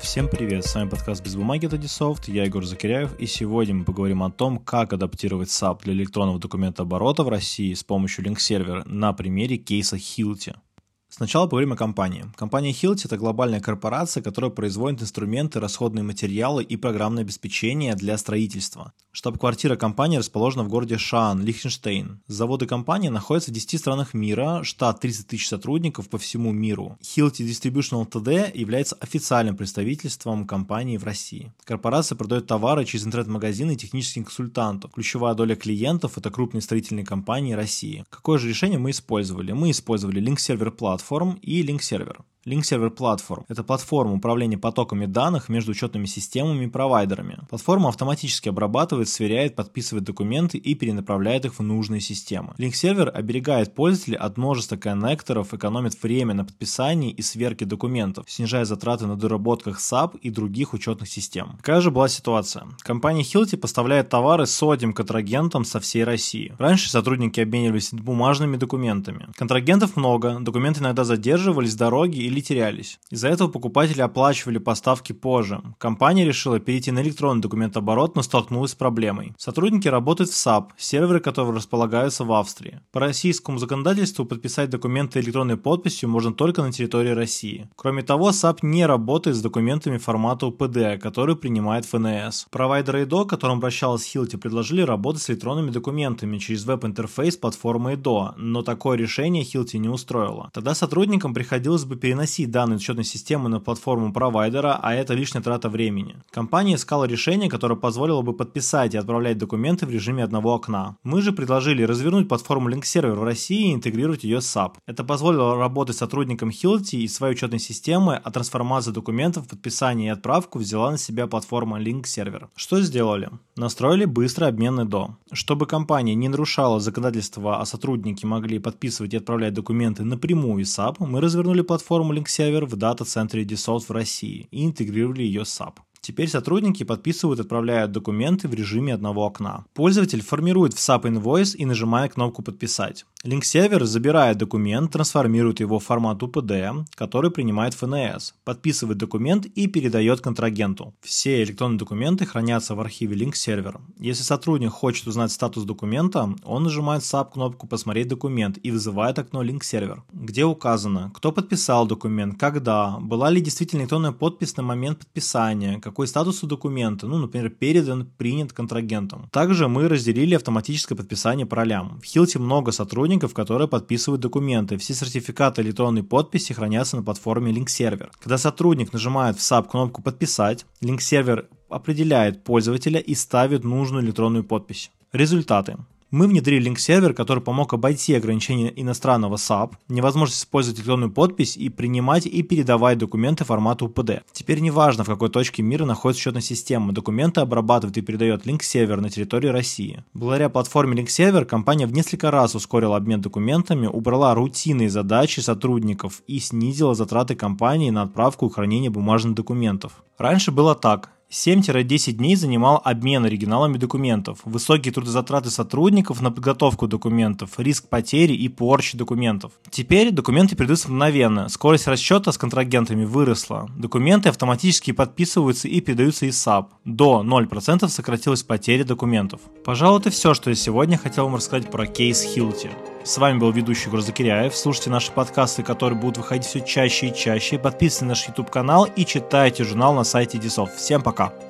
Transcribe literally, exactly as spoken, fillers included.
Всем привет, с вами подкаст «Без бумаги» от Edisoft, я Егор Закиряев, и сегодня мы поговорим о том, как адаптировать сап для электронного документооборота в России с помощью линк-сервера на примере кейса Hilti. Сначала поговорим о компании. Компания Hilti – это глобальная корпорация, которая производит инструменты, расходные материалы и программное обеспечение для строительства. Штаб-квартира компании расположена в городе Шаан, Лихтенштейн. Заводы компании находятся в десяти странах мира, штат тридцать тысяч сотрудников по всему миру. Hilti Distribution Ltd является официальным представительством компании в России. Корпорация продает товары через интернет-магазины и технических консультантов. Ключевая доля клиентов – это крупные строительные компании России. Какое же решение мы использовали? Мы использовали линк-сервер Platform и линк-сервер. Линк-сервер Platform – это платформа управления потоками данных между учетными системами и провайдерами. Платформа автоматически обрабатывает, сверяет, подписывает документы и перенаправляет их в нужные системы. Линк-сервер оберегает пользователя от множества коннекторов, экономит время на подписании и сверке документов, снижая затраты на доработках сап и других учетных систем. Какая же была ситуация? Компания Hilti поставляет товары сотням контрагентам со всей России. Раньше сотрудники обменивались бумажными документами. Контрагентов много, документы иногда задерживались, дороги или терялись. Из-за этого покупатели оплачивали поставки позже. Компания решила перейти на электронный документооборот, но столкнулась с проблемой. Сотрудники работают в сап, серверы которого располагаются в Австрии. По российскому законодательству подписать документы электронной подписью можно только на территории России. Кроме того, сап не работает с документами формата у пи ди, который принимает эф эн эс. Провайдеры ИДО, к которым обращалась Hilti, предложили работать с электронными документами через веб-интерфейс платформы ИДО, но такое решение Hilti не устроило. Тогда сотрудникам приходилось бы переносить данные учетной системы на платформу провайдера, а это лишняя трата времени. Компания искала решение, которое позволило бы подписать и отправлять документы в режиме одного окна. Мы же предложили развернуть платформу линк-сервер в России и интегрировать ее с сап. Это позволило работать сотрудникам Hilti и своей учетной системы, а трансформацию документов, подписание и отправку взяла на себя платформа линк-сервер. Что сделали? Настроили быстрый обмен ИДО. Чтобы компания не нарушала законодательство, а сотрудники могли подписывать и отправлять документы напрямую из сап, мы развернули платформу линк-сервер в дата-центре Edisoft в России и интегрировали ее с сап. Теперь сотрудники подписывают и отправляют документы в режиме одного окна. Пользователь формирует в сап инвойс и нажимает кнопку «Подписать». Линк-сервер забирает документ, трансформирует его в формат у пи ди, который принимает эф эн эс, подписывает документ и передает контрагенту. Все электронные документы хранятся в архиве линк-сервера. Если сотрудник хочет узнать статус документа, он нажимает сап кнопку «Посмотреть документ» и вызывает окно линк-сервер, где указано, кто подписал документ, когда, была ли действительно электронная подпись на момент подписания, какой статус у документа, ну, например, передан, принят контрагентом. Также мы разделили автоматическое подписание по ролям. В Hilti много сотрудников, которые подписывают документы. Все сертификаты электронной подписи хранятся на платформе линк-сервер. Когда сотрудник нажимает в сап кнопку «Подписать», линк-сервер определяет пользователя и ставит нужную электронную подпись. Результаты. Мы внедрили линк-сервер, который помог обойти ограничения иностранного сап, невозможность использовать электронную подпись и принимать и передавать документы формату у пи ди. Теперь неважно, в какой точке мира находится учетная система, документы обрабатывает и передает линк-сервер на территории России. Благодаря платформе линк-сервер компания в несколько раз ускорила обмен документами, убрала рутинные задачи сотрудников и снизила затраты компании на отправку и хранение бумажных документов. Раньше было так. семь-десять дней занимал обмен оригиналами документов, высокие трудозатраты сотрудников на подготовку документов, риск потери и порчи документов. Теперь документы передаются мгновенно, скорость расчета с контрагентами выросла, документы автоматически подписываются и передаются из сап. До ноль процентов сократилась потеря документов. Пожалуй, это все, что я сегодня хотел вам рассказать про кейс Hilti. С вами был ведущий Егор Закиряев. Слушайте наши подкасты, которые будут выходить все чаще и чаще. Подписывайтесь на наш YouTube канал и читайте журнал на сайте Edisoft. Всем пока!